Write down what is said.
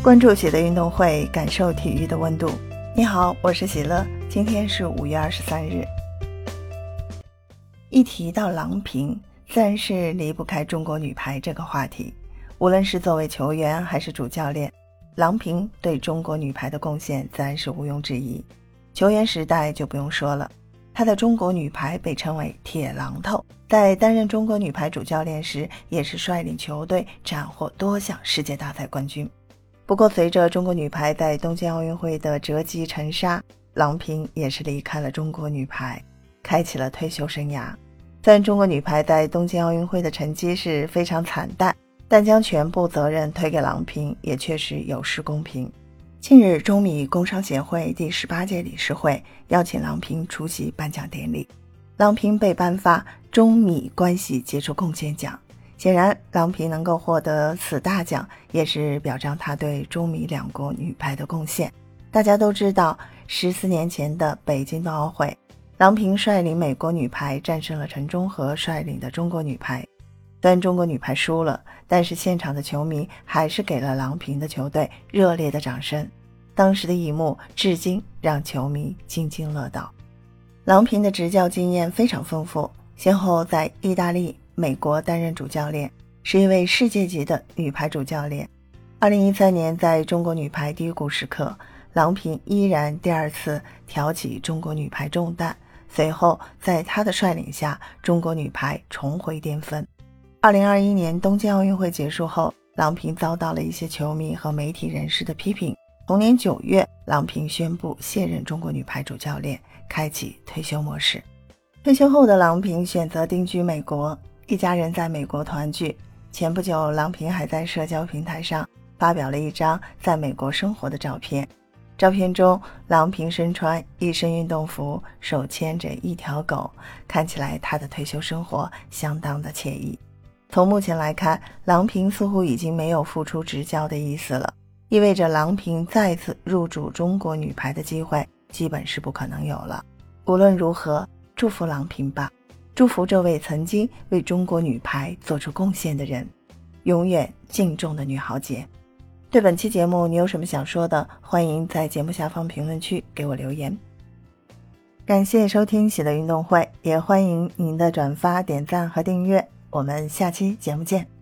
关注喜乐运动会，感受体育的温度。你好，我是喜乐，今天是5月23日。一提到郎平，自然是离不开中国女排这个话题。无论是作为球员还是主教练，郎平对中国女排的贡献自然是毋庸置疑。球员时代就不用说了，她的中国女排被称为铁榔头，在担任中国女排主教练时，也是率领球队斩获多项世界大赛冠军。不过随着中国女排在东京奥运会的折戟沉沙，郎平也是离开了中国女排，开启了退休生涯。虽然中国女排在东京奥运会的成绩是非常惨淡，但将全部责任推给郎平也确实有失公平。近日，中米工商协会第18届理事会邀请郎平出席颁奖典礼，郎平被颁发中米关系杰出贡献奖。显然，郎平能够获得此大奖，也是表彰她对中米两国女排的贡献。大家都知道，14年前的北京冬奥会，郎平率领美国女排战胜了陈忠和率领的中国女排。虽然中国女排输了，但是现场的球迷还是给了郎平的球队热烈的掌声。当时的一幕至今让球迷津津乐道。郎平的执教经验非常丰富，先后在意大利、美国担任主教练，是一位世界级的女排主教练。2013年在中国女排低谷时刻，郎平依然第二次挑起中国女排重担，随后在她的率领下，中国女排重回巅峰。2021年东京奥运会结束后，郎平遭到了一些球迷和媒体人士的批评。同年9月，郎平宣布卸任中国女排主教练，开启退休模式。退休后的郎平选择定居美国，一家人在美国团聚。前不久，郎平还在社交平台上发表了一张在美国生活的照片。照片中，郎平身穿一身运动服，手牵着一条狗，看起来她的退休生活相当的惬意。从目前来看，郎平似乎已经没有复出执教的意思了，意味着郎平再次入主中国女排的机会基本是不可能有了。无论如何，祝福郎平吧，祝福这位曾经为中国女排做出贡献的人，永远敬重的女豪杰。对本期节目你有什么想说的，欢迎在节目下方评论区给我留言。感谢收听喜乐运动会，也欢迎您的转发、点赞和订阅，我们下期节目见。